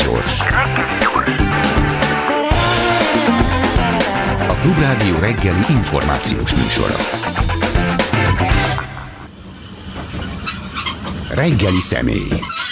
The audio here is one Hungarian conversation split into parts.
gyors. A Klubrádió reggeli információs műsora. Reggeli személy.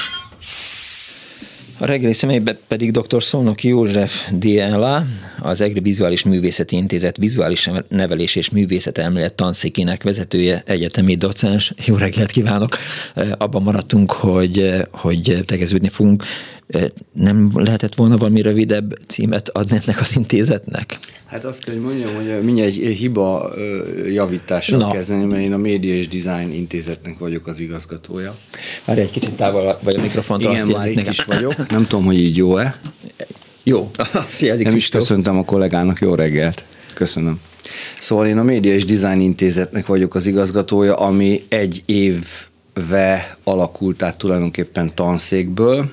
A reggeli személyben pedig dr. Szolnoki József DLA, az EGRI Vizuális Művészeti Intézet vizuális nevelés és művészetelmélet tanszékének vezetője, egyetemi docens. Jó reggelt kívánok! Abban maradtunk, hogy tegeződni fogunk. Nem lehetett volna valami rövidebb címet adni ennek az intézetnek? Hát azt kell, hogy mondjam, hogy mindjárt egy hiba javítással kezdeni, mert én a Média és Design Intézetnek vagyok az igazgatója. Már egy kicsit távol vagy a mikrofontól. Igen, már itt is vagyok. Nem tudom, hogy így jó-e. Jó. Nem is köszöntem a kollégának. Jó reggelt. Köszönöm. Szóval én a Média és Design Intézetnek vagyok az igazgatója, ami egy évve alakult át tulajdonképpen tanszékből.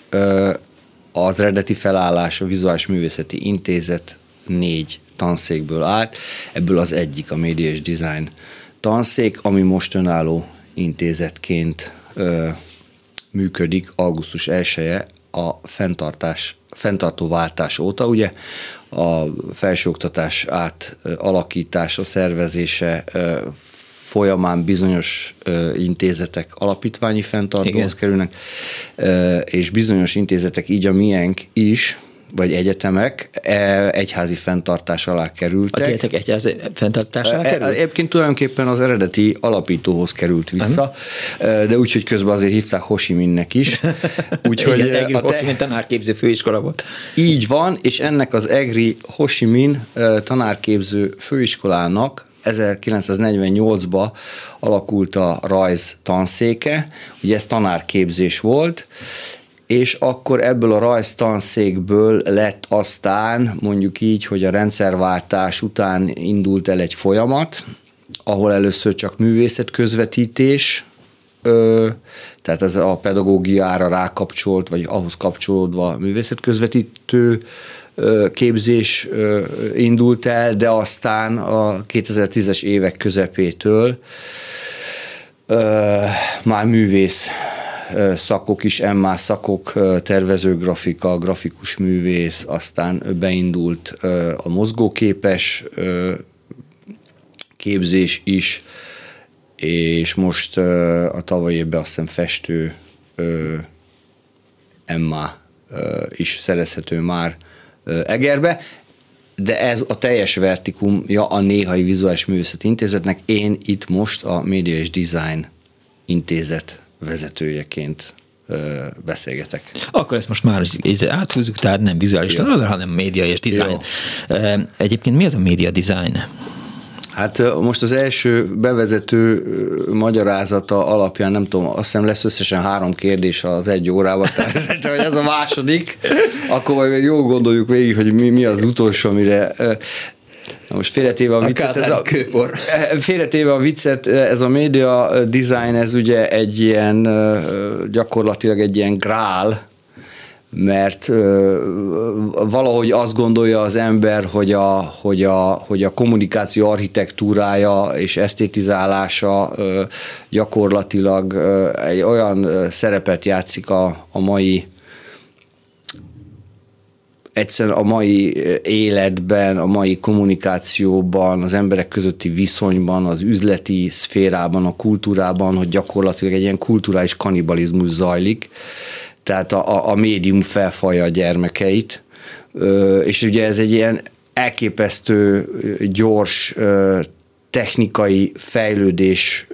Az eredeti felállás a Vizuális Művészeti Intézet 4 tanszékből állt, ebből az egyik a Média és Design tanszék, ami most önálló intézetként működik augusztus 1-e a fenntartóváltás óta. Ugye a felsőoktatás átalakítása, szervezése folyamán bizonyos intézetek alapítványi fenntartóhoz kerülnek, és bizonyos intézetek, így a miénk is, vagy egyetemek egyházi fenntartás alá kerültek. A tietek egyházi fenntartás alá került? Egyébként tulajdonképpen az eredeti alapítóhoz került vissza, de úgyhogy közben azért hívták Ho Chi Minhnek is. Úgyhogy igen, EGRI Ho Chi Minh tanárképző főiskola volt. Így van, és ennek az EGRI Ho Chi Minh tanárképző főiskolának 1948-ban alakult a rajz tanszéke, ugye ez tanárképzés volt, és akkor ebből a rajz tanszékből lett aztán, mondjuk így, hogy a rendszerváltás után indult el egy folyamat, ahol először csak művészetközvetítés, tehát ez a pedagógiára rákapcsolt, vagy ahhoz kapcsolódva művészetközvetítő képzés indult el, de aztán a 2010-es évek közepétől már művész szakok is, MA szakok, tervezőgrafika, grafikus művész, aztán beindult a mozgóképes képzés is, és most a tavalyi évben azt hiszem festő MA is szerezhető már Egerbe, de ez a teljes vertikumja a Néhai Vizuális Művészeti Intézetnek. Én itt most a Média és Design Intézet vezetőjeként beszélgetek. Akkor ezt most már áthúzzuk, tehát nem vizuális tanuló, hanem média és design. Jó. Egyébként mi az a média design? Hát most az első bevezető magyarázata alapján nem tudom, azt hiszem lesz összesen 3 kérdés az 1 órában, tehát hogy ez a második, akkor majd jól gondoljuk végig, hogy mi az utolsó, amire... Na most félretéve a viccet, ez a média design, ez ugye egy ilyen, gyakorlatilag egy ilyen grál, mert valahogy azt gondolja az ember, hogy a kommunikáció architektúrája és esztétizálása gyakorlatilag egy olyan szerepet játszik a mai egyszerűen a mai életben, a mai kommunikációban, az emberek közötti viszonyban, az üzleti szférában, a kultúrában, hogy gyakorlatilag egy ilyen kulturális kannibalizmus zajlik, tehát a médium felfalja a gyermekeit, és ugye ez egy ilyen elképesztő, gyors technikai fejlődés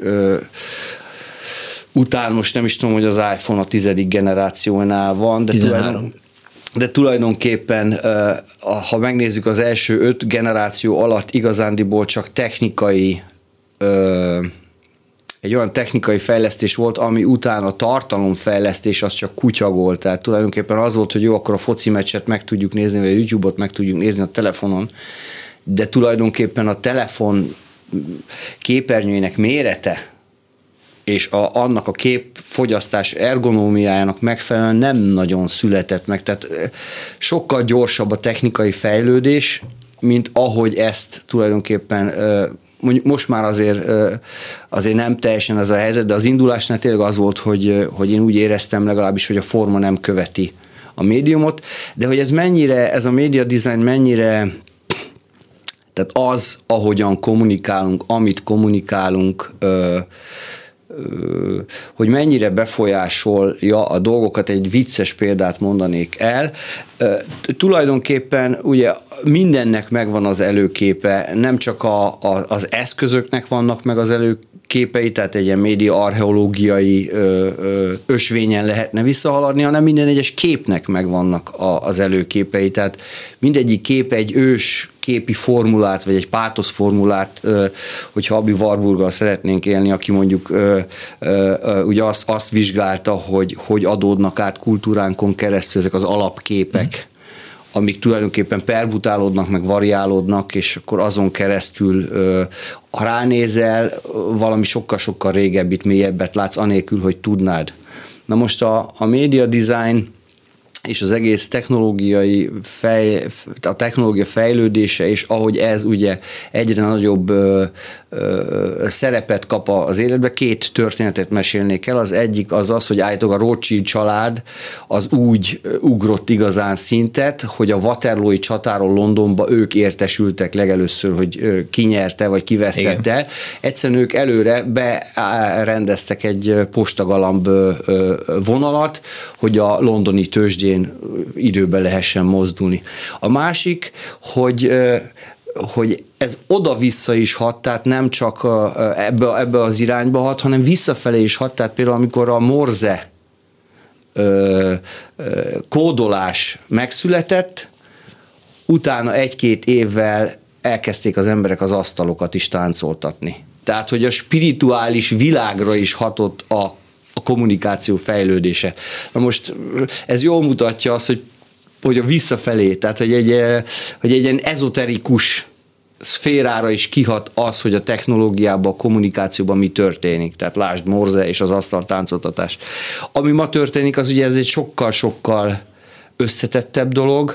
után, most nem is tudom, hogy az iPhone a 10. generációnál van, de tulajdonképpen, ha megnézzük az első 5 generáció alatt, igazándiból csak technikai, egy olyan technikai fejlesztés volt, ami után a tartalomfejlesztés az csak kutyagolt. Tehát tulajdonképpen az volt, hogy jó, akkor a foci meccset meg tudjuk nézni, vagy a YouTube-ot meg tudjuk nézni a telefonon, de tulajdonképpen a telefon képernyőjének mérete és annak a képfogyasztás ergonómiájának megfelelően nem nagyon született meg. Tehát sokkal gyorsabb a technikai fejlődés, mint ahogy ezt tulajdonképpen mondjuk most már azért nem teljesen ez a helyzet, de az indulásnál tényleg az volt, hogy én úgy éreztem legalábbis, hogy a forma nem követi a médiumot, de hogy ez a média design mennyire, tehát az, ahogyan kommunikálunk, amit kommunikálunk, hogy mennyire befolyásolja a dolgokat, egy vicces példát mondanék el. Tulajdonképpen ugye mindennek megvan az előképe, nem csak az eszközöknek vannak meg az előképei, tehát egy ilyen média archeológiai ösvényen lehetne visszahaladni, hanem minden egyes képnek megvannak az előképei, tehát mindegyik kép egy ős képi formulát, vagy egy pátosz formulát, hogyha Abi Warburggal szeretnénk élni, aki mondjuk ugye azt vizsgálta, hogy adódnak át kultúránkon keresztül ezek az alapképek, amik tulajdonképpen perbutálódnak, meg variálódnak, és akkor azon keresztül, ha ránézel, valami sokkal-sokkal régebbit, mélyebbet látsz, anélkül, hogy tudnád. Na most a média design és az egész a technológia fejlődése, és ahogy ez ugye egyre nagyobb szerepet kap az életbe, két történetet mesélnék el. Az egyik az, hogy állítólag a Rothschild család az úgy ugrott igazán szintet, hogy a Waterloo-i csatáról Londonba ők értesültek legelőször, hogy ki nyerte, vagy ki vesztette. Egyszerűen ők előre berendeztek egy postagalamb vonalat, hogy a londoni tőzsdén időben lehessen mozdulni. A másik, hogy ez oda-vissza is hat, tehát nem csak ebbe az irányba hat, hanem visszafelé is hat, tehát például amikor a Morse kódolás megszületett, utána 1-2 évvel elkezdték az emberek az asztalokat is táncoltatni. Tehát, hogy a spirituális világra is hatott a kommunikáció fejlődése. Na most ez jól mutatja azt, hogy a visszafelé, tehát hogy egy ilyen ezoterikus szférára is kihat az, hogy a technológiában, a kommunikációban mi történik. Tehát lásd Morse és az asztaltáncoltatás. Ami ma történik, az ugye ez egy sokkal-sokkal összetettebb dolog.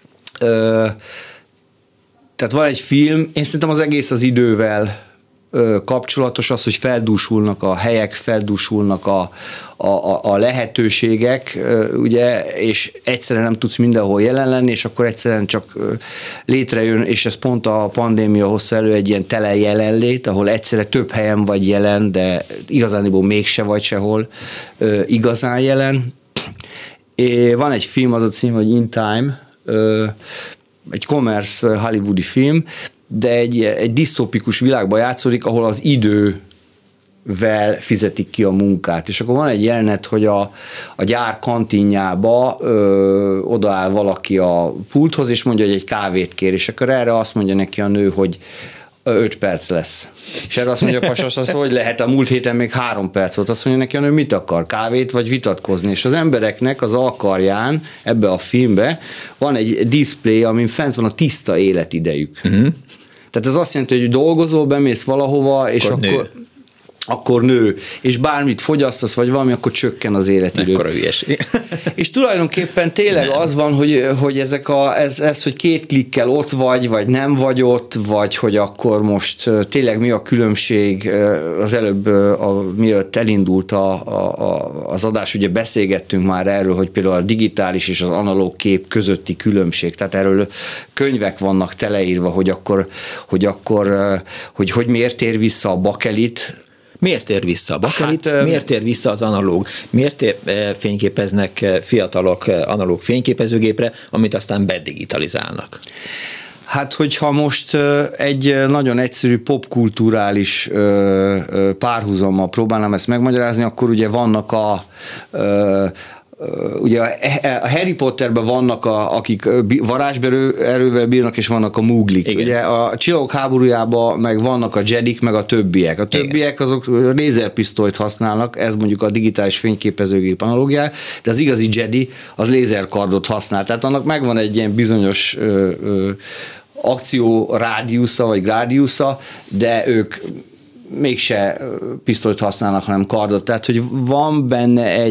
Tehát van egy film, én szerintem az egész az idővel kapcsolatos, az, hogy feldúsulnak a helyek, feldúsulnak a lehetőségek, ugye, és egyszerűen nem tudsz mindenhol jelen lenni, és akkor egyszerűen csak létrejön, és ez pont a pandémia hozza elő egy ilyen tele jelenlét, ahol egyszerre több helyen vagy jelen, de igazániból mégse vagy sehol igazán jelen. Van egy film, az a cím, hogy In Time, egy commerce hollywoodi film, de egy disztópikus világban játszódik, ahol az idővel fizetik ki a munkát. És akkor van egy jelenet, hogy a gyár kantinjába odaáll valaki a pulthoz, és mondja, hogy egy kávét kér, és akkor erre azt mondja neki a nő, hogy 5 perc lesz. És erre azt mondja a pasas, az hogy lehet, a múlt héten még 3 perc volt. Azt mondja neki a nő, mit akar, kávét vagy vitatkozni. És az embereknek az alkarján, ebbe a filmbe van egy display, amin fent van a tiszta életidejük. Uh-huh. Tehát ez azt jelenti, hogy dolgozol, bemész valahova, és akkor nő, és bármit fogyasztasz, vagy valami, akkor csökken az életidő. Mekkora hülyeség. És tulajdonképpen tényleg az van, hogy ez, hogy 2 klikkel ott vagy nem vagy ott, vagy hogy akkor most tényleg mi a különbség, az előbb, mielőtt elindult az adás, ugye beszélgettünk már erről, hogy például a digitális és az analóg kép közötti különbség, tehát erről könyvek vannak teleírva, hogy miért tér vissza a bakelit. Miért tér vissza a bakelit? Miért tér vissza az analóg? Miért fényképeznek fiatalok analóg fényképezőgépre, amit aztán bedigitalizálnak? Hát, hogyha most egy nagyon egyszerű popkulturális párhuzammal próbálnám ezt megmagyarázni, akkor ugye vannak ugye a Harry Potterben vannak, akik varázserővel bírnak, és vannak a Mooglik. Igen. Ugye a Csillagok háborújában meg vannak a Jedik, meg a többiek. A többiek azok lézerpisztolyt használnak, ez mondjuk a digitális fényképezőgép analógiája, de az igazi Jedi az lézerkardot használ. Tehát annak megvan egy ilyen bizonyos akció rádiusza, vagy grádiusza, de ők mégse pisztolyt használnak, hanem kardot. Tehát, hogy van benne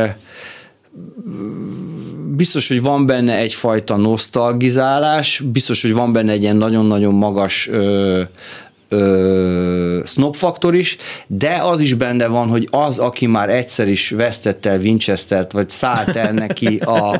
biztos, hogy van benne egyfajta nosztalgizálás, biztos, hogy van benne egy ilyen nagyon-nagyon magas snob faktor is, de az is benne van, hogy az, aki már egyszer is vesztett el Winchestert, vagy szállt el neki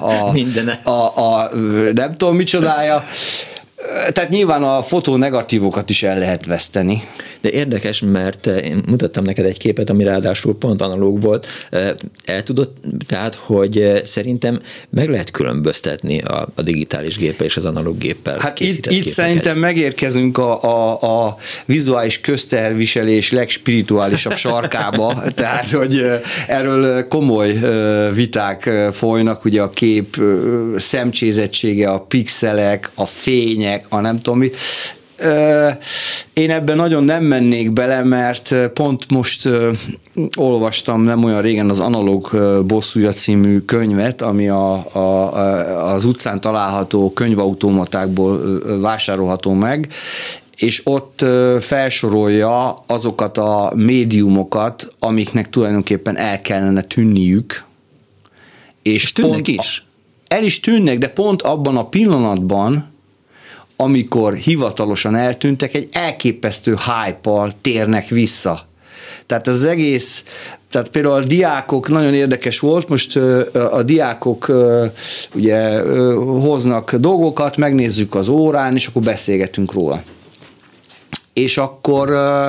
a nem tudom micsodája, tehát nyilván a fotó negatívokat is el lehet veszteni. De érdekes, mert én mutattam neked egy képet, ami ráadásul pont analóg volt. El tudod, tehát, hogy szerintem meg lehet különböztetni a digitális géppel és az analóg géppel hát készített itt képeket. szerintem megérkezünk a vizuális közteherviselés legspirituálisabb sarkába, tehát, hogy erről komoly viták folynak, ugye a kép szemcsézettsége, a pixelek, a fények, a nem tudom mi. Én ebben nagyon nem mennék bele, mert pont most olvastam nem olyan régen az Analóg bosszúja című könyvet, ami az utcán található könyvautomatákból vásárolható meg, és ott felsorolja azokat a médiumokat, amiknek tulajdonképpen el kellene tűnniük. És tűnnek is? El is tűnnek, de pont abban a pillanatban, amikor hivatalosan eltűntek, egy elképesztő hype-al térnek vissza. Tehát az egész, tehát például a diákok, nagyon érdekes volt, most a diákok ugye hoznak dolgokat, megnézzük az órán, és akkor beszélgetünk róla. És akkor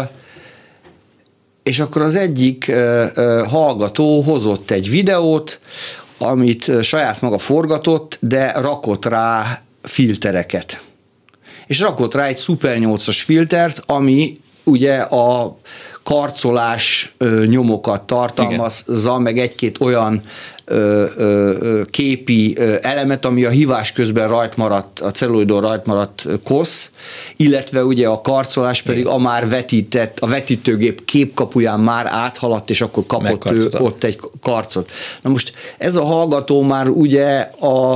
az egyik hallgató hozott egy videót, amit saját maga forgatott, de rakott rá filtereket. És rakott rá egy Super 8-as filtert, ami ugye a karcolás nyomokat tartalmazza, igen, meg egy-két olyan képi elemet, ami a hívás közben rajt maradt, a celluloidon rajt maradt kosz, illetve ugye a karcolás pedig a már vetített, a vetítőgép képkapuján már áthaladt, és akkor kapott ő ott egy karcot. Na most ez a hallgató már ugye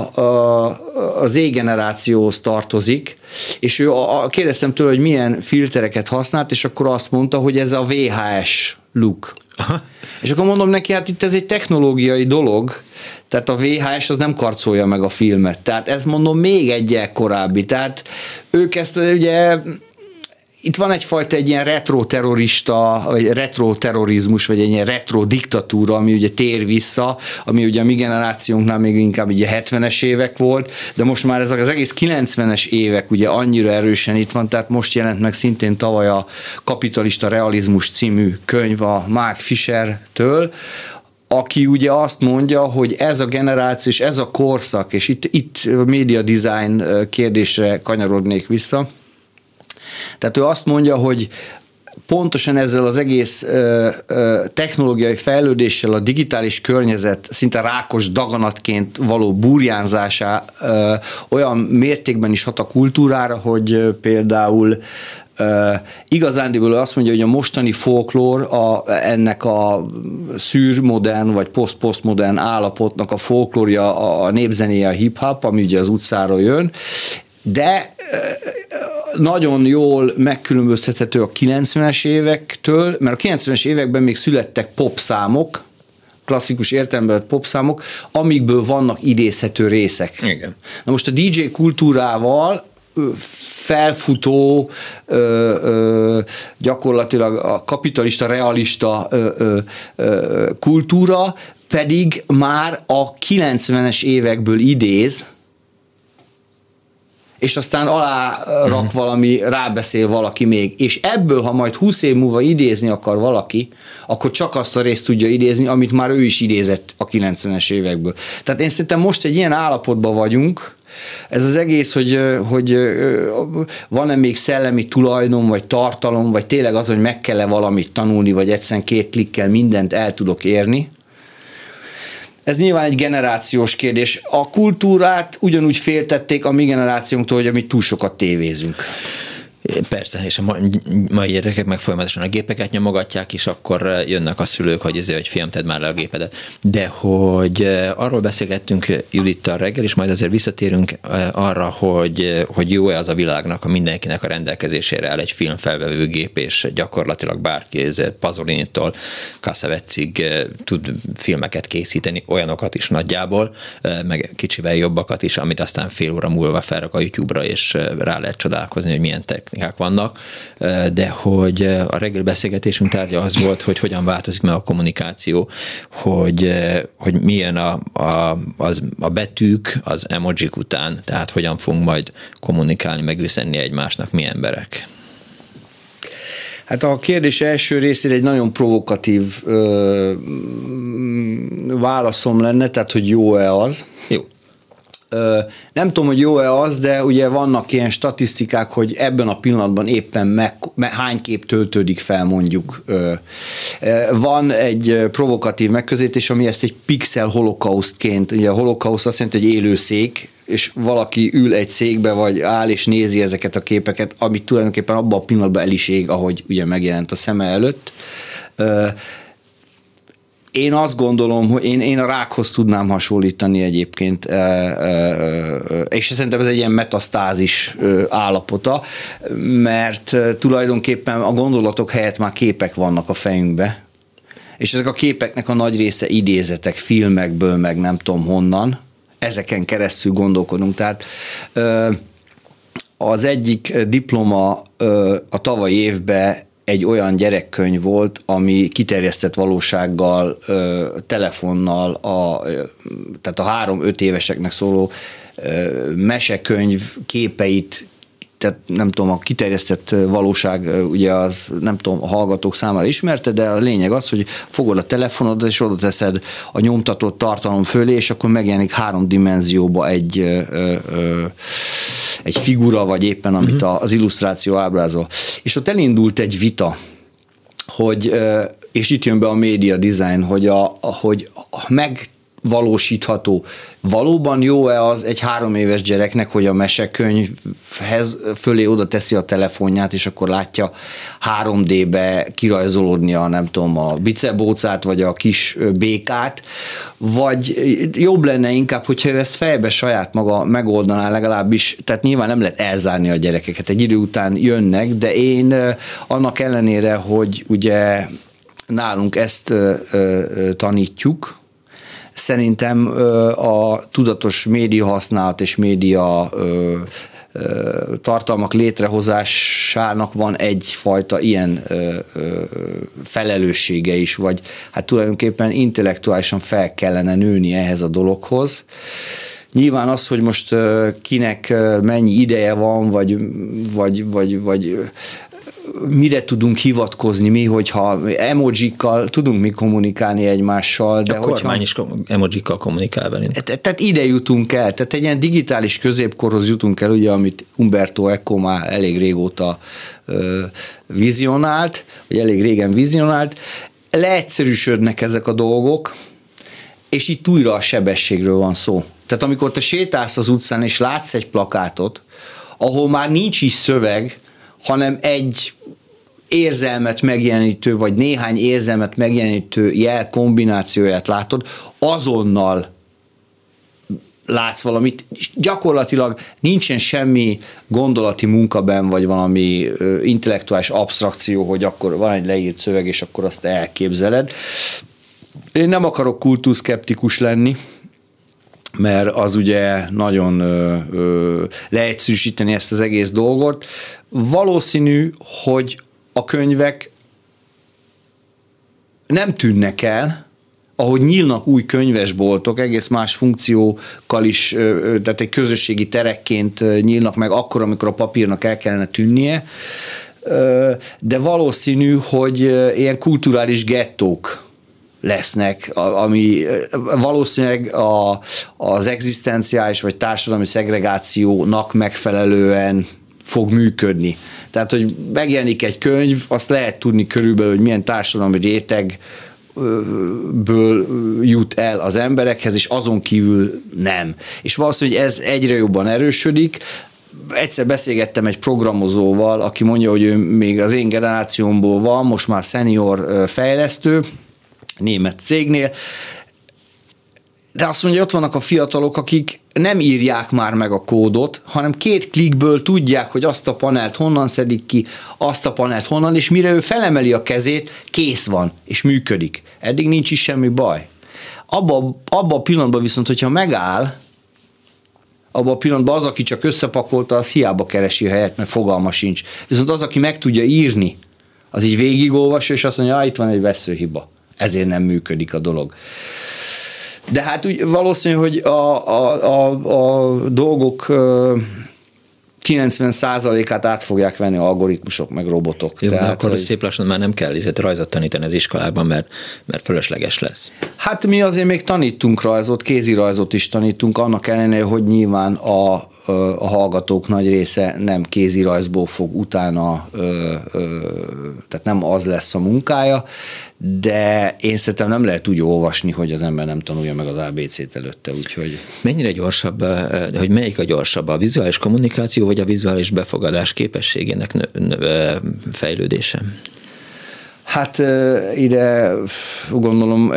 a Z-generációhoz tartozik, és ő kérdeztem tőle, hogy milyen filtereket használt, és akkor azt mondta, hogy ez a VHS look. Aha. És akkor mondom neki, hát itt ez egy technológiai dolog, tehát a VHS az nem karcolja meg a filmet, tehát ez mondom még egyel korábbi, tehát ők ezt ugye, itt van egyfajta egy ilyen retro-terrorista, vagy retro-terrorizmus, vagy egy ilyen retro-diktatúra, ami ugye tér vissza, ami ugye a mi generációnknál még inkább ugye 70-es évek volt, de most már ez az egész 90-es évek ugye annyira erősen itt van, tehát most jelent meg szintén tavaly a Kapitalista realizmus című könyv a Mark Fishertől, aki ugye azt mondja, hogy ez a generáció és ez a korszak, és itt média design kérdésre kanyarodnék vissza. Tehát ő azt mondja, hogy pontosan ezzel az egész technológiai fejlődéssel a digitális környezet szinte rákos daganatként való burjánzása olyan mértékben is hat a kultúrára, hogy például igazándiból azt mondja, hogy a mostani folklór ennek a szűrmodern vagy post-postmodern állapotnak a folklórja, a népzenéje, a hip-hop, ami ugye az utcáról jön, de nagyon jól megkülönböztethető a 90-es évektől, mert a 90-es években még születtek popszámok, klasszikus értelemben popszámok, amikből vannak idézhető részek. Igen. Na most a DJ kultúrával felfutó, gyakorlatilag a kapitalista, realista kultúra pedig már a 90-es évekből idéz, és aztán alárak valami, rábeszél valaki még, és ebből, ha majd 20 év múlva idézni akar valaki, akkor csak azt a részt tudja idézni, amit már ő is idézett a 90-es évekből. Tehát én szerintem most egy ilyen állapotban vagyunk, ez az egész, hogy van-e még szellemi tulajdon, vagy tartalom, vagy tényleg az, hogy meg kell-e valamit tanulni, vagy egyszerűen 2 klikkel mindent el tudok érni. Ez nyilván egy generációs kérdés. A kultúrát ugyanúgy féltették a mi generációnktól, hogy mi túl sokat tévézünk. Persze, és a mai gyerekek meg folyamatosan a gépeket nyomogatják, és akkor jönnek a szülők, hogy fiam, tedd már le a gépedet. De hogy arról beszélgettünk Judittal reggel, és majd azért visszatérünk arra, hogy jó-e az a világnak, a mindenkinek a rendelkezésére áll egy filmfelvevő gép, és gyakorlatilag bárki, Pazolinitól Cassavetzig tud filmeket készíteni, olyanokat is nagyjából, meg kicsivel jobbakat is, amit aztán fél óra múlva felrak a YouTube-ra, és rá lehet csodálkozni, hogy milyen technikai technikák vannak, de hogy a reggeli beszélgetésünk tárgya az volt, hogy hogyan változik meg a kommunikáció, hogy milyen a betűk az emojik után, tehát hogyan fogunk majd kommunikálni, megüzenni egymásnak mi emberek. Hát a kérdés első részére egy nagyon provokatív válaszom lenne, tehát hogy jó-e az. Jó. Nem tudom, hogy jó-e az, de ugye vannak ilyen statisztikák, hogy ebben a pillanatban éppen hány kép töltődik fel mondjuk. Van egy provokatív megközelítés, ami ezt egy pixel holokausztként, ugye a holokauszt azt jelenti, hogy élő szék, és valaki ül egy székbe, vagy áll és nézi ezeket a képeket, amit tulajdonképpen abban a pillanatban el is ég, ahogy ugye megjelent a szeme előtt. Én azt gondolom, hogy én a rákhoz tudnám hasonlítani egyébként, és szerintem ez egy ilyen metasztázis állapota, mert tulajdonképpen a gondolatok helyett már képek vannak a fejünkbe, és ezek a képeknek a nagy része idézetek, filmekből, meg nem tudom honnan, ezeken keresztül gondolkodunk. Tehát az egyik diploma a tavalyi évben egy olyan gyerekkönyv volt, ami kiterjesztett valósággal, telefonnal, tehát a 3-5 éveseknek szóló mesekönyv képeit, tehát nem tudom, a kiterjesztett valóság, ugye az nem tudom, a hallgatók számára ismerte, de a lényeg az, hogy fogod a telefonodat, és oda teszed a nyomtatott tartalom fölé, és akkor megjelenik 3 dimenzióba egy figura, vagy éppen amit az illusztráció ábrázol. És ott elindult egy vita, hogy, és itt jön be a média design, hogy megvalósítható. Valóban jó-e az egy 3 éves gyereknek, hogy a mesekönyvhez fölé oda teszi a telefonját, és akkor látja 3D-be kirajzolódnia, nem tudom, a bicebócát, vagy a kis békát, vagy jobb lenne inkább, hogyha ő ezt fejbe saját maga megoldaná legalábbis, tehát nyilván nem lehet elzárni a gyerekeket, egy idő után jönnek, de én annak ellenére, hogy ugye nálunk ezt tanítjuk, szerintem a tudatos média használat és média tartalmak létrehozásának van egyfajta ilyen felelőssége is, vagy hát tulajdonképpen intellektuálisan fel kellene nőni ehhez a dologhoz. Nyilván az, hogy most kinek mennyi ideje van, vagy mire tudunk hivatkozni mi, hogyha emojikkal tudunk mi kommunikálni egymással. De a kormány is emojikkal kommunikál velünk. Tehát ide jutunk el, tehát egy ilyen digitális középkorhoz jutunk el, ugye, amit Umberto Eco már elég régóta vizionált, vagy elég régen vizionált. Leegyszerűsödnek ezek a dolgok, és itt újra a sebességről van szó. Tehát amikor te sétálsz az utcán, és látsz egy plakátot, ahol már nincs is szöveg, hanem egy érzelmet megjelenítő, vagy néhány érzelmet megjelenítő jel kombinációját látod, azonnal látsz valamit. Gyakorlatilag nincsen semmi gondolati munkaben, vagy valami intellektuális absztrakció, hogy akkor van egy leírt szöveg, és akkor azt elképzeled. Én nem akarok kultuszkeptikus lenni, mert az ugye nagyon leegyszerűsíteni ezt az egész dolgot. Valószínű, hogy a könyvek nem tűnnek el, ahogy nyílnak új könyvesboltok, egész más funkciókkal is, tehát egy közösségi terekként nyílnak meg akkor, amikor a papírnak el kellene tűnnie, de valószínű, hogy ilyen kulturális gettók lesznek, ami valószínűleg az egzisztenciális vagy társadalmi szegregációnak megfelelően fog működni. Tehát, hogy megjelenik egy könyv, azt lehet tudni körülbelül, hogy milyen társadalmi rétegből jut el az emberekhez, és azon kívül nem. És valószínűleg ez egyre jobban erősödik. Egyszer beszélgettem egy programozóval, aki mondja, hogy ő még az én generációmból van, most már senior fejlesztő, német cégnél, de azt mondja, hogy ott vannak a fiatalok, akik nem írják már meg a kódot, hanem 2 klikből tudják, hogy azt a panelt honnan szedik ki, azt a panelt honnan, és mire ő felemeli a kezét, kész van, és működik. Eddig nincs is semmi baj. Abba a pillanatban viszont, hogyha megáll, abban a pillanatban az, aki csak összepakolta, az hiába keresi a helyet, mert fogalma sincs. Viszont az, aki meg tudja írni, az így végigolvasja, és azt mondja, itt van egy veszőhiba. Ezért nem működik a dolog. De hát úgy valószínű, hogy a dolgok 90%-át át fogják venni algoritmusok, meg robotok. Jó, tehát, akkor hogy szép lassan már nem kell rajzot tanítani az iskolában, mert fölösleges lesz. Hát mi azért még tanítunk rajzot, kézirajzot is tanítunk, annak ellenére, hogy nyilván a hallgatók nagy része nem kézirajzból fog utána, tehát nem az lesz a munkája, de én szerintem nem lehet úgy olvasni, hogy az ember nem tanulja meg az ABC-t előtte, úgyhogy... Mennyire gyorsabb, hogy melyik a gyorsabb, a vizuális kommunikáció, vagy a vizuális befogadás képességének fejlődése? Hát ide gondolom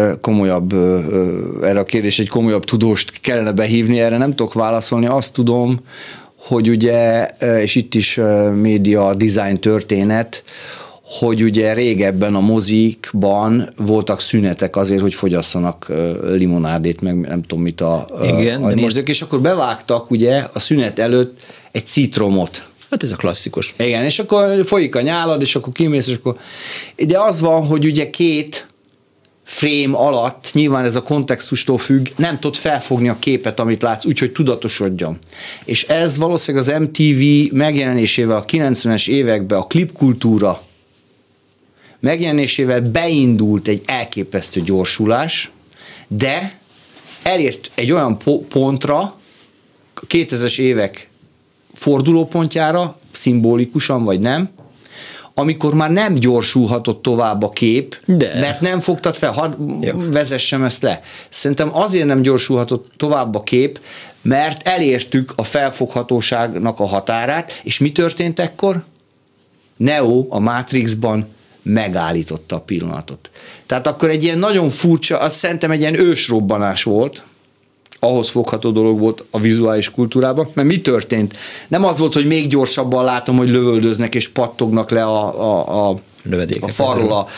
erre a kérdés egy komolyabb tudóst kellene behívni, erre nem tudok válaszolni. Azt tudom, hogy ugye, és itt is média design történet, hogy ugye régebben a mozikban voltak szünetek azért, hogy fogyasszanak limonádét, meg nem tudom mit a nézők, és akkor bevágtak ugye a szünet előtt egy citromot. Hát ez a klasszikus. Igen, és akkor folyik a nyálad, és akkor kimész, és akkor... De az van, hogy ugye két frame alatt, nyilván ez a kontextustól függ, nem tud felfogni a képet, amit látsz, úgyhogy tudatosodjon. És ez valószínűleg az MTV megjelenésével a 90-es években a klipkultúra megjelenésével beindult egy elképesztő gyorsulás, de elért egy olyan pontra, a 2000-es évek fordulópontjára, szimbolikusan vagy nem, amikor már nem gyorsulhatott tovább a kép, mert nem fogtad fel, vezessem ezt le. Szerintem azért nem gyorsulhatott tovább a kép, mert elértük a felfoghatóságnak a határát, és mi történt ekkor? Neo a Matrixban megállította a pillanatot. Tehát akkor egy ilyen nagyon furcsa, azt szerintem egy ilyen ősrobbanás volt, ahhoz fogható dolog volt a vizuális kultúrában, mert mi történt? Nem az volt, hogy még gyorsabban látom, hogy lövöldöznek és pattognak le a falról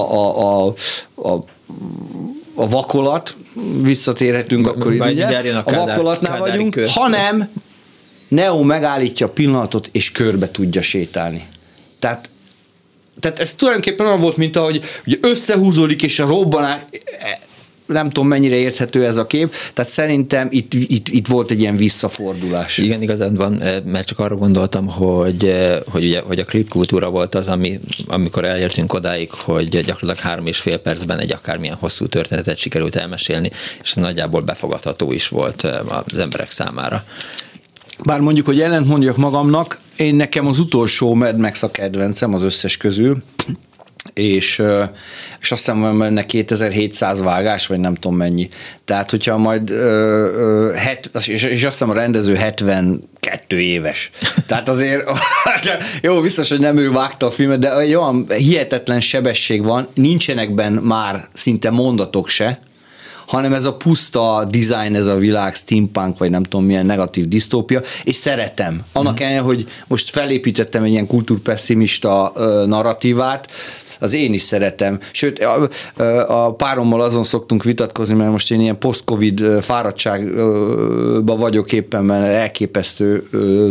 a vakolat, visszatérhetünk akkor így, a vakolatnál vagyunk, hanem Neo megállítja a pillanatot, és körbe tudja sétálni. Tehát ez tulajdonképpen olyan volt, mint ahogy ugye összehúzódik, és a robbanás, nem tudom mennyire érthető ez a kép, tehát szerintem itt volt egy ilyen visszafordulás. Igen, igazán van, mert csak arra gondoltam, hogy a klipkultúra volt az, amikor elértünk odáig, hogy gyakorlatilag 3,5 percben egy akármilyen hosszú történetet sikerült elmesélni, és nagyjából befogadható is volt az emberek számára. Bár mondjuk, hogy ellent mondjak magamnak, nekem az utolsó Mad Max a kedvencem az összes közül, és azt hiszem, hogy ennek 2700 vágás, vagy nem tudom mennyi. Tehát, hogyha majd, és azt hiszem a rendező 72 éves. Tehát azért, jó, biztos, hogy nem ő vágta a filmet, de olyan hihetetlen sebesség van, nincsenekben már szinte mondatok se, hanem ez a puszta design, ez a világ, steampunk, vagy nem tudom milyen negatív disztópia, és szeretem. Annak ellenére, hogy most felépítettem egy ilyen kultúrpesszimista narratívát, az én is szeretem. Sőt, a párommal azon szoktunk vitatkozni, mert most én ilyen post-covid fáradtságban vagyok éppen, mert elképesztő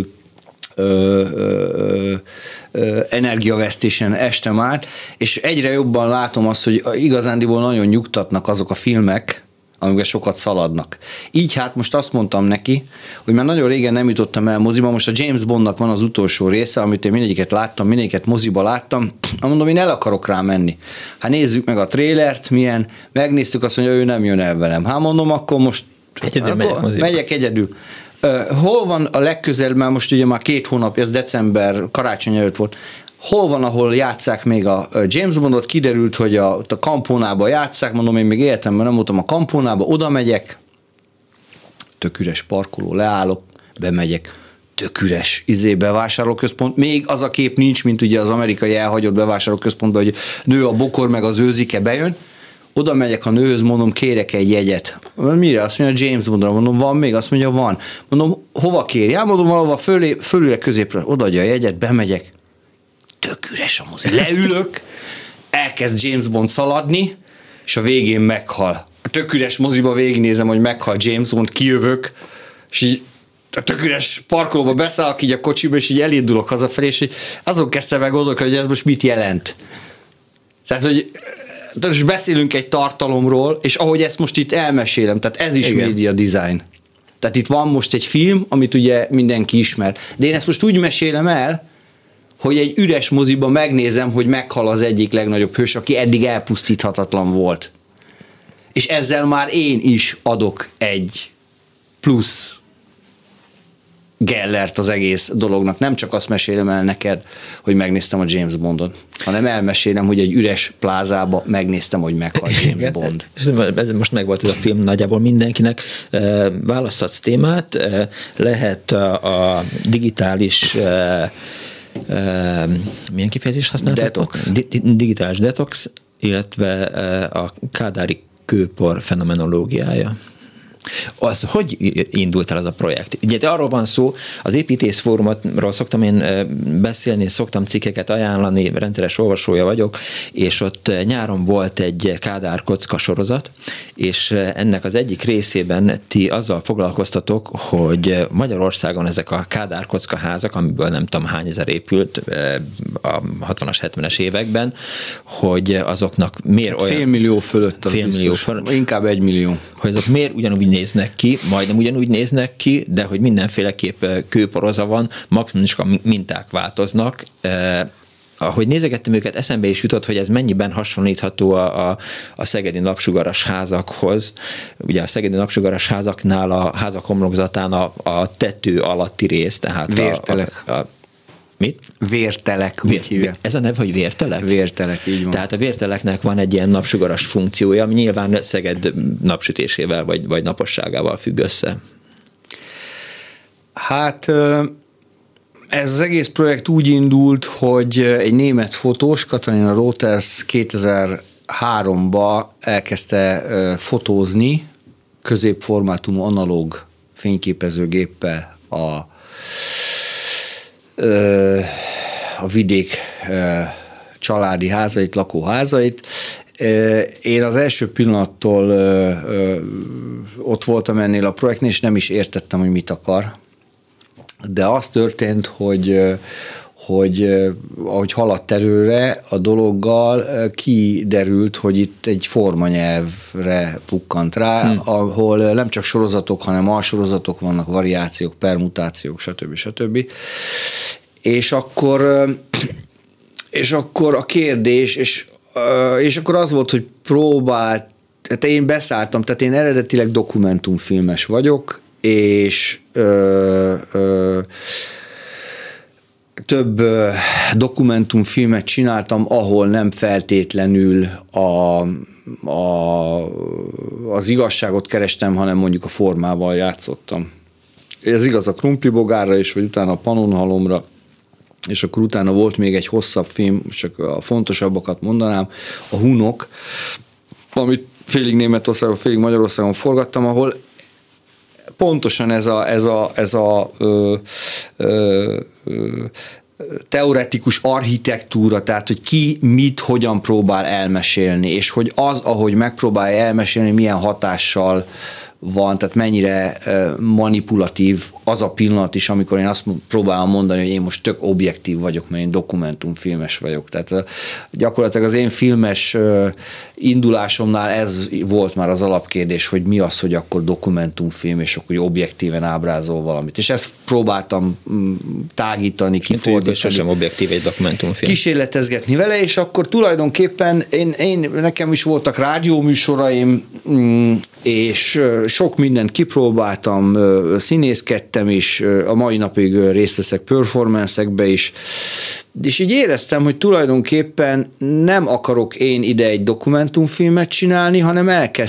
energiavesztésen estem át, és egyre jobban látom azt, hogy igazándiból nagyon nyugtatnak azok a filmek, amiben sokat szaladnak. Így hát most azt mondtam neki, hogy már nagyon régen nem jutottam el moziba, most a James Bondnak van az utolsó része, amit én mindegyiket láttam, mindegyiket moziba láttam, mondom, én el akarok rá menni. Hát nézzük meg a trélert, milyen, megnéztük, azt mondja, ő nem jön el velem. Hát mondom, akkor most megyek egyedül. Hol van a legközelebb, mert most ugye már 2 hónap, ez december, karácsony előtt volt, hol van, ahol játsszák még a James Bondot, kiderült, hogy a Campónába játsszák, mondom, én még életemben nem voltam a Campónába, oda megyek, tök üres parkoló, leállok, bemegyek, tök üres bevásárlóközpont, még az a kép nincs, mint ugye az amerikai elhagyott bevásárlóközpontban, hogy nő a bokor, meg az őzike bejön, oda megyek a nőhöz, mondom, kérek egy jegyet. Mire? Azt mondja, James Bondra, mondom, van még? Azt mondja, van. Mondom, hova kérj? Mondom, valahol fölülre középre, odaadja a jegyet, bemegyek, tök üres a mozi. Leülök, elkezd James Bond szaladni, és a végén meghal. A tök üres moziba végignézem, hogy meghal James Bond, kijövök, és így a tök üres parkolóba beszállok így a kocsiba, és így elindulok hazafelé, és azon kezdtem meg gondolkodni, hogy ez most mit jelent. Tehát, hogy most beszélünk egy tartalomról, és ahogy ezt most itt elmesélem, tehát ez is média design. Tehát itt van most egy film, amit ugye mindenki ismer. De én ezt most úgy mesélem el, hogy egy üres moziban megnézem, hogy meghal az egyik legnagyobb hős, aki eddig elpusztíthatatlan volt. És ezzel már én is adok egy plusz Gellert az egész dolognak. Nem csak azt mesélem el neked, hogy megnéztem a James Bondot, hanem elmesélem, hogy egy üres plázába megnéztem, hogy meghal James Bond. Most megvolt ez a film nagyjából mindenkinek. Választhatsz témát, lehet a digitális milyen kifejezést használtatok? Detox. Digitális detox, illetve a kádári kőpor fenomenológiája. Az hogy indult el ez a projekt? Ugye arról van szó, az építészfórumról szoktam én beszélni, szoktam cikkeket ajánlani, rendszeres olvasója vagyok, és ott nyáron volt egy Kádár kocka sorozat, és ennek az egyik részében ti azzal foglalkoztatok, hogy Magyarországon ezek a Kádár kocka házak, amiből nem tudom hány ezer épült a 60-as, 70-es években, hogy azoknak miért olyan... Félmillió fölött. Félmillió fölött. Inkább 1 millió. Hogy azok miért ugyanúgy néznek ki, majdnem ugyanúgy néznek ki, de hogy mindenféleképp kőporoza van, maximum is a minták változnak. Ahogy nézegettem őket, eszembe is jutott, hogy ez mennyiben hasonlítható a szegedi napsugaras házakhoz. Ugye a szegedi napsugaras házaknál a házak homlokzatán a tető alatti rész, tehát vértelek. Mit? Vértelek, úgy hívják. Ez a neve, hogy vértelek? Vértelek, így van. Tehát a vérteleknek van egy ilyen napsugaras funkciója, ami nyilván Szeged napsütésével vagy naposságával függ össze. Hát ez az egész projekt úgy indult, hogy egy német fotós, Katalina Roters 2003-ba elkezdte fotózni középformátumú analóg fényképezőgéppel a vidék családi házait, lakóházait. Én az első pillanattól ott voltam ennél a projektnél, és nem is értettem, hogy mit akar. De az történt, hogy ahogy haladt előre a dologgal, kiderült, hogy itt egy formanyelvre pukkant rá, ahol nem csak sorozatok, hanem alsorozatok vannak, variációk, permutációk, stb. És akkor a kérdés, és akkor az volt, hogy tehát én beszálltam, tehát én eredetileg dokumentumfilmes vagyok, és több dokumentumfilmet csináltam, ahol nem feltétlenül az igazságot kerestem, hanem mondjuk a formával játszottam. Ez igaz a Krumplibogárra is, vagy utána a Pannonhalomra, és akkor utána volt még egy hosszabb film, csak a fontosabbakat mondanám, a Hunok, amit félig Németországon, félig Magyarországon forgattam, ahol pontosan ez a teoretikus architektúra, tehát hogy ki mit, hogyan próbál elmesélni, és hogy az, ahogy megpróbálja elmesélni, milyen hatással van, tehát mennyire manipulatív az a pillanat is, amikor én azt próbálom mondani, hogy én most tök objektív vagyok, mert én dokumentumfilmes vagyok. Tehát gyakorlatilag az én filmes indulásomnál ez volt már az alapkérdés, hogy mi az, hogy akkor dokumentumfilm, és akkor objektíven ábrázol valamit. És ezt próbáltam tágítani, kifordítani. Sosem objektív egy dokumentumfilm. Kísérletezgetni vele, és akkor tulajdonképpen nekem is voltak rádióműsoraim, és sok mindent kipróbáltam, színészkedtem is, a mai napig részt veszek performance-ekbe is, és így éreztem, hogy tulajdonképpen nem akarok én ide egy dokumentumfilmet csinálni, hanem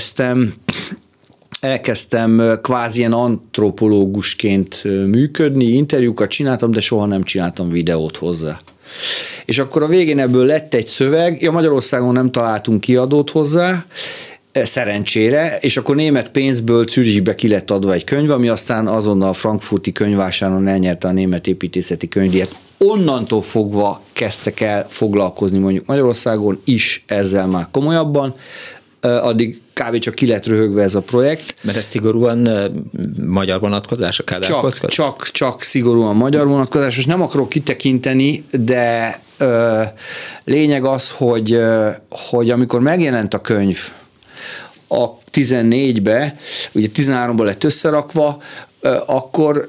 elkezdtem kvázi ilyen antropológusként működni, interjúkat csináltam, de soha nem csináltam videót hozzá. És akkor a végén ebből lett egy szöveg, Magyarországon nem találtunk kiadót hozzá, szerencsére, és akkor német pénzből Zürichbe ki lett adva egy könyv, ami aztán azonnal a frankfurti könyvvásáron elnyerte a német építészeti könyvdíjat. Onnantól fogva kezdtek el foglalkozni mondjuk Magyarországon is ezzel már komolyabban, addig kb. Csak ki lett röhögve ez a projekt. Mert ez szigorúan magyar vonatkozás a Kádár kocka? Csak szigorúan magyar vonatkozás. Most nem akarok kitekinteni, de lényeg az, hogy amikor megjelent a könyv a 14-be, ugye 13-ban lett összerakva, akkor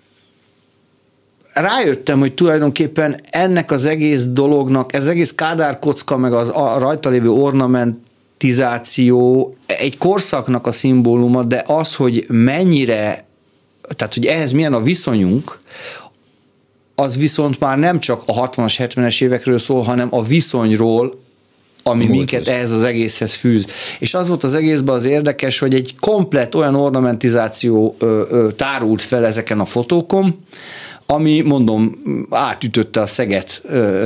rájöttem, hogy tulajdonképpen ennek az egész dolognak, ez egész Kádár kocka, meg a rajta lévő ornamentizáció egy korszaknak a szimbóluma, de az, hogy mennyire, tehát hogy ehhez milyen a viszonyunk, az viszont már nem csak a 60-as, 70-es évekről szól, hanem a viszonyról, ami minket ehhez az egészhez fűz. És az volt az egészben az érdekes, hogy egy komplett olyan ornamentizáció tárult fel ezeken a fotókon, ami, mondom, átütötte a szeget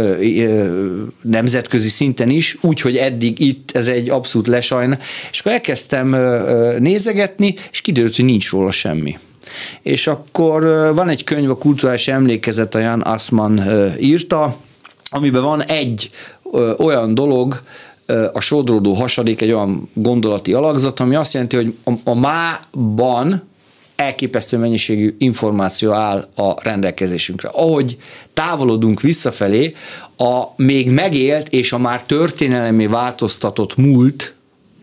nemzetközi szinten is, úgyhogy eddig itt ez egy abszolút lesajna. És akkor elkezdtem nézegetni, és kiderült, hogy nincs róla semmi. És akkor van egy könyv, a Kulturális Emlékezet, a Jan Assmann írta, amiben van egy olyan dolog, a sodródó hasadék, egy olyan gondolati alakzat, ami azt jelenti, hogy a mában elképesztő mennyiségű információ áll a rendelkezésünkre. Ahogy távolodunk visszafelé, a még megélt és a már történelemé változtatott múlt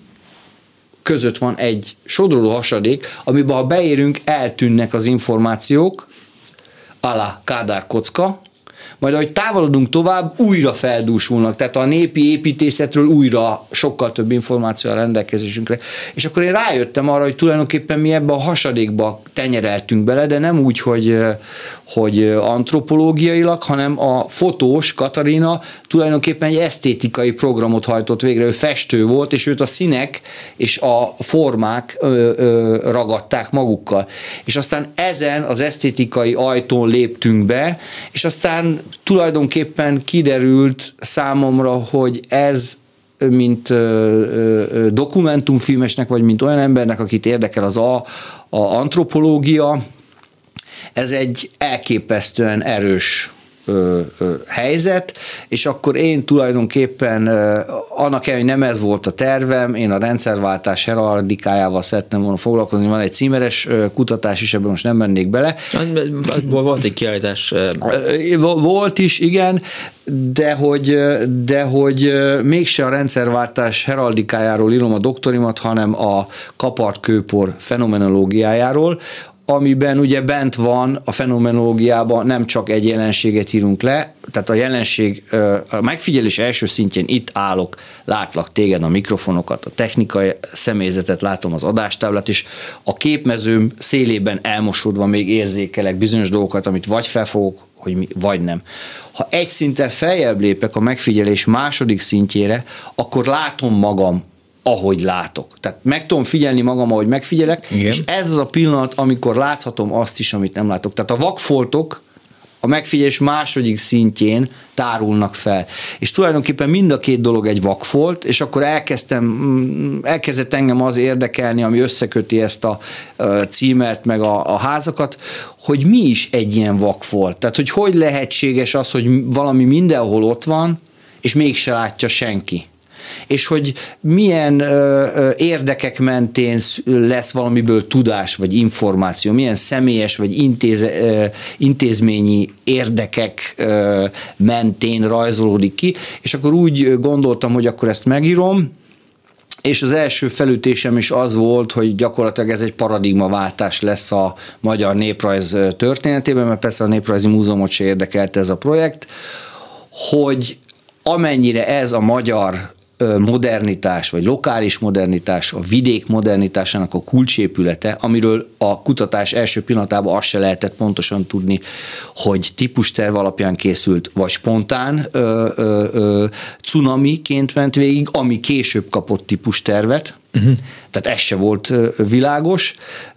között van egy sodródó hasadék, amiben ha beérünk, eltűnnek az információk, à la Kádár kocka, majd ahogy távolodunk tovább, újra feldúsulnak, tehát a népi építészetről újra sokkal több információ a rendelkezésünkre. És akkor én rájöttem arra, hogy tulajdonképpen mi ebbe a hasadékba tenyereltünk bele, de nem úgy, hogy antropológiailag, hanem a fotós Katarina tulajdonképpen egy esztétikai programot hajtott végre, ő festő volt, és őt a színek és a formák ragadták magukkal. És aztán ezen az esztétikai ajtón léptünk be, és aztán tulajdonképpen kiderült számomra, hogy ez mint dokumentumfilmesnek, vagy mint olyan embernek, akit érdekel az a antropológia, ez egy elképesztően erős helyzet, és akkor én tulajdonképpen annak el, hogy nem ez volt a tervem, én a rendszerváltás heraldikájával szerettem volna foglalkozni, van egy címeres kutatás is, ebben most nem mennék bele. Volt egy kiállítás. Volt is, igen, de hogy mégse a rendszerváltás heraldikájáról írom a doktorimat, hanem a kapart kőpor fenomenológiájáról, amiben ugye bent van a fenomenológiában nem csak egy jelenséget írunk le, tehát a jelenség, a megfigyelés első szintjén itt állok, látlak téged, a mikrofonokat, a technikai személyzetet, látom az adástáblát, és a képmezőm szélében elmosódva még érzékelek bizonyos dolgokat, amit vagy felfogok, vagy nem. Ha egy szinten feljebb lépek a megfigyelés második szintjére, akkor látom magam, ahogy látok. Tehát meg tudom figyelni magam, ahogy megfigyelek, igen. És ez az a pillanat, amikor láthatom azt is, amit nem látok. Tehát a vakfoltok a megfigyelés második szintjén tárulnak fel. És tulajdonképpen mind a két dolog egy vakfolt, és akkor elkezdett engem az érdekelni, ami összeköti ezt a címert, meg a házakat, hogy mi is egy ilyen vakfolt. Tehát, hogy lehetséges az, hogy valami mindenhol ott van, és mégse látja senki. És hogy milyen érdekek mentén lesz valamiből tudás vagy információ, milyen személyes vagy intézményi érdekek mentén rajzolódik ki, és akkor úgy gondoltam, hogy akkor ezt megírom, és az első felütésem is az volt, hogy gyakorlatilag ez egy paradigmaváltás lesz a magyar néprajz történetében, mert persze a Néprajzi Múzeumot se érdekelte ez a projekt, hogy amennyire ez a magyar modernitás, vagy lokális modernitás, a vidék modernitásának a kulcsépülete, amiről a kutatás első pillanatában azt se lehetett pontosan tudni, hogy típusterv alapján készült, vagy spontán cunamiként ment végig, ami később kapott típustervet, tehát ez se volt világos.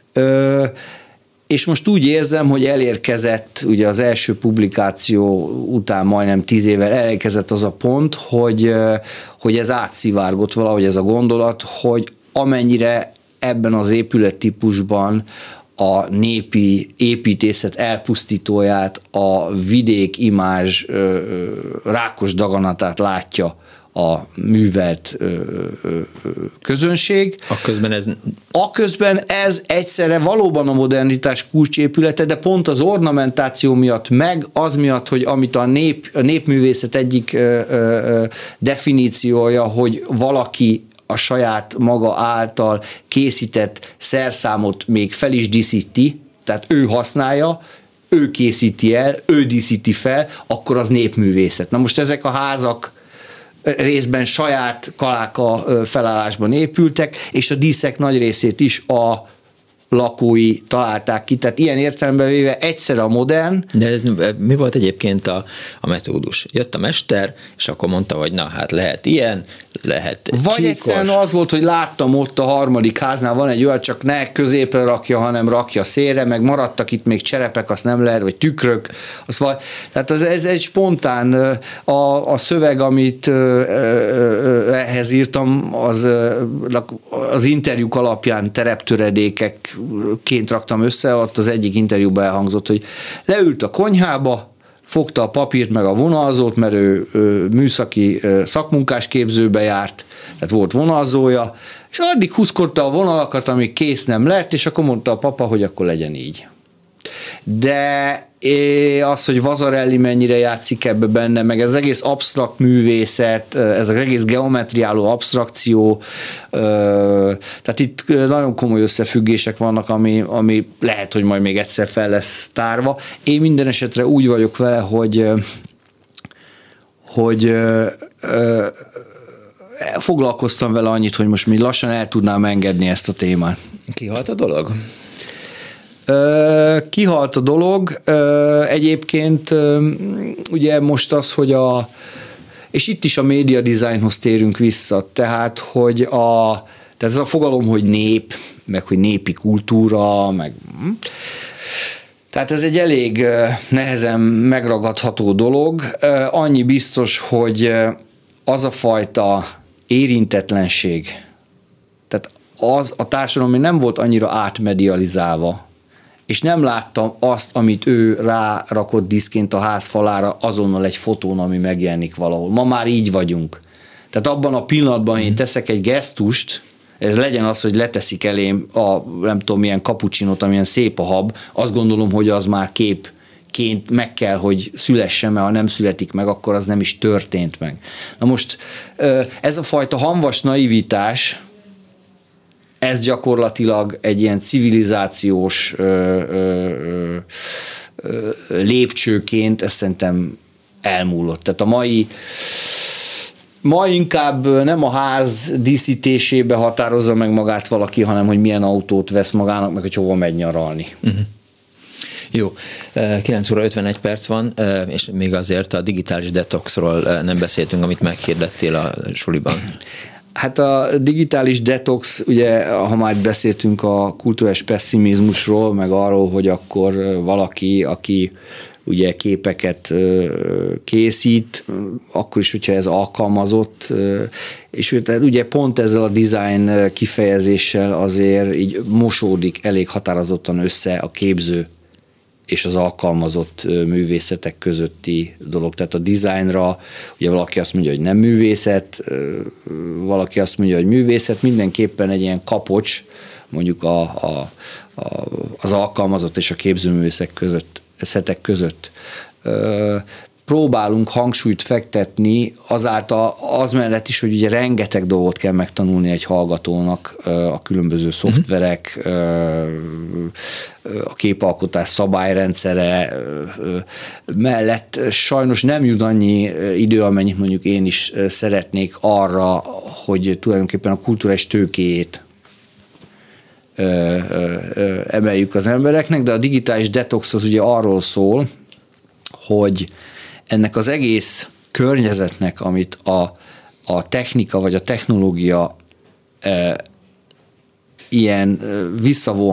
És most úgy érzem, hogy elérkezett, ugye az első publikáció után majdnem 10 évvel elérkezett az a pont, hogy ez átszivárgott valahogy ez a gondolat, hogy amennyire ebben az épülettípusban a népi építészet elpusztítóját, a vidék imázs rákos daganatát látja a művelt közönség. Aközben ez egyszerre valóban a modernitás kulcsépülete, de pont az ornamentáció miatt, meg az miatt, hogy amit a népművészet egyik definíciója, hogy valaki a saját maga által készített szerszámot még fel is díszíti, tehát ő használja, ő készíti el, ő díszíti fel, akkor az népművészet. Na most ezek a házak részben saját kaláka felállásban épültek, és a díszek nagy részét is a lakói találták ki. Tehát ilyen értelemben véve egyszerre a modern. De ez mi volt egyébként a metódus? Jött a mester, és akkor mondta, hogy na hát lehet ilyen, lehet vagy csíkos. Egyszerűen az volt, hogy láttam ott a harmadik háznál van egy olyan, csak ne középre rakja, hanem rakja szélre, meg maradtak itt még cserepek, azt nem lehet, vagy tükrök. Tehát ez egy spontán, a szöveg, amit ehhez írtam, az interjúk alapján tereptöredékekként raktam össze, ott az egyik interjúban elhangzott, hogy leült a konyhába, fogta a papírt meg a vonalzót, mert ő műszaki szakmunkásképzőbe járt, tehát volt vonalzója, és addig húzkodta a vonalakat, amíg kész nem lett, és akkor mondta a papa, hogy akkor legyen így. De az, hogy Vasarely mennyire játszik ebbe benne, meg ez az egész absztrakt művészet, ez az egész geometriáló absztrakció, tehát itt nagyon komoly összefüggések vannak, ami lehet, hogy majd még egyszer fel lesz tárva. Én minden esetre úgy vagyok vele, hogy foglalkoztam vele annyit, hogy most mi lassan el tudnám engedni ezt a témát. Kihalt a dolog? Kihalt a dolog. Egyébként ugye most az, hogy és itt is a média designhoz térünk vissza, tehát ez a fogalom, hogy nép, meg hogy népi kultúra, meg tehát ez egy elég nehezen megragadható dolog. Annyi biztos, hogy az a fajta érintetlenség, tehát az a társadalom nem volt annyira átmedializálva, és nem láttam azt, amit ő rárakott diszként a ház falára, azonnal egy fotón, ami megjelenik valahol. Ma már így vagyunk. Tehát abban a pillanatban én teszek egy gesztust, ez legyen az, hogy leteszik elém nem tudom milyen kapucsinót, amilyen szép a hab, azt gondolom, hogy az már képként meg kell, hogy szülessen, mert ha nem születik meg, akkor az nem is történt meg. Na most ez a fajta hamvas naivitás, ez gyakorlatilag egy ilyen civilizációs lépcsőként, ezt szerintem elmúlott. Tehát ma inkább nem a ház díszítésébe határozza meg magát valaki, hanem hogy milyen autót vesz magának, meg hogy hova megy nyaralni. Uh-huh. Jó, 9 óra 51 perc van, és még azért a digitális detoxról nem beszéltünk, amit meghirdettél a suliban. Hát a digitális detox, ugye, ha már beszéltünk a kulturális pessimizmusról, meg arról, hogy akkor valaki, aki ugye képeket készít, akkor is, hogyha ez alkalmazott, és ugye pont ezzel a design kifejezéssel azért így mosódik elég határozottan össze a képző és az alkalmazott művészetek közötti dolog. Tehát a designra ugye valaki azt mondja, hogy nem művészet, valaki azt mondja, hogy művészet, mindenképpen egy ilyen kapocs, mondjuk az alkalmazott és a képzőművészetek között. Próbálunk hangsúlyt fektetni azáltal az mellett is, hogy ugye rengeteg dolgot kell megtanulni egy hallgatónak, a különböző szoftverek, a képalkotás szabályrendszere mellett sajnos nem jut annyi idő, amennyit mondjuk én is szeretnék arra, hogy tulajdonképpen a kulturális tőkéjét emeljük az embereknek, de a digitális detox az ugye arról szól, hogy ennek az egész környezetnek, amit a technika vagy a technológia ilyen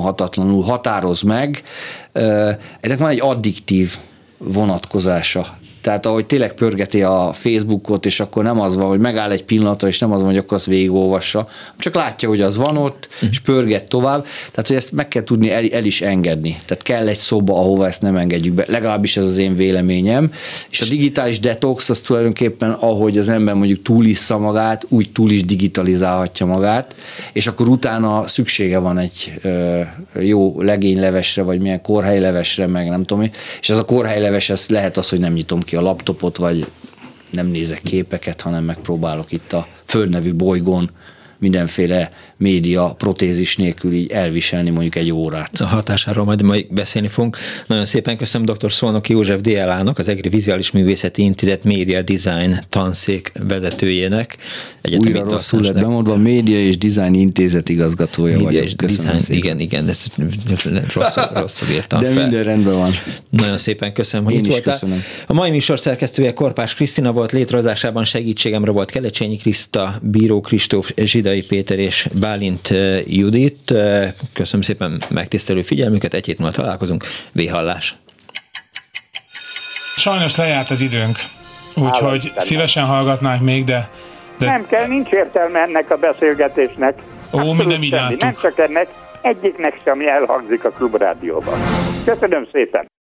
visszavonhatatlanul határoz meg, ennek van egy addiktív vonatkozása. Tehát ahogy tényleg pörgeti a Facebookot, és akkor nem az van, hogy megáll egy pillanatra, és nem az van, hogy akkor azt végigolvassa, csak látja, hogy az van ott, és pörget tovább. Tehát, hogy ezt meg kell tudni el is engedni. Tehát kell egy szoba, ahova ezt nem engedjük be. Legalábbis ez az én véleményem. És a digitális detox az tulajdonképpen, ahogy az ember mondjuk túlissza magát, úgy túl is digitalizálhatja magát, és akkor utána szüksége van egy jó legénylevesre, vagy milyen kórhelylevesre, meg nem tudom, és ez a kórhelyleves, ez lehet az, hogy nem nyitom ki a laptopot, vagy nem nézek képeket, hanem megpróbálok itt a Föld nevű bolygón mindenféle média protézis nélkül így elviselni mondjuk egy órát. A hatásáról majd beszélni fogunk. Nagyon szépen köszönöm dr. Szolnoki József DLA-nak, az EGRI Vizuális Művészeti Intézet Média Design tanszék vezetőjének. Újra rosszul lett bemondva, Média és Design Intézet igazgatója vagyok. Köszönöm szépen. Igen, ezt rosszul írtam fel. De minden rendben van. Nagyon szépen köszönöm, hogy itt voltál. Köszönöm. A mai műsor szerkesztője Korpás Krisztina volt, létrehozásában segítségemre volt Kelecsényi Kriszta, Bíró Kristóf, Zsidai Péter és Bálint Judit. Köszönöm szépen megtisztelő figyelmüket, egy hét múlva találkozunk. Véhallás! Sajnos lejárt az időnk, úgyhogy szívesen hallgatnánk még, de... Nem kell, nincs értelme ennek a beszélgetésnek. Mi nem így láttuk. Nem csak ennek, egyiknek sem elhangzik a Klubrádióban. Köszönöm szépen!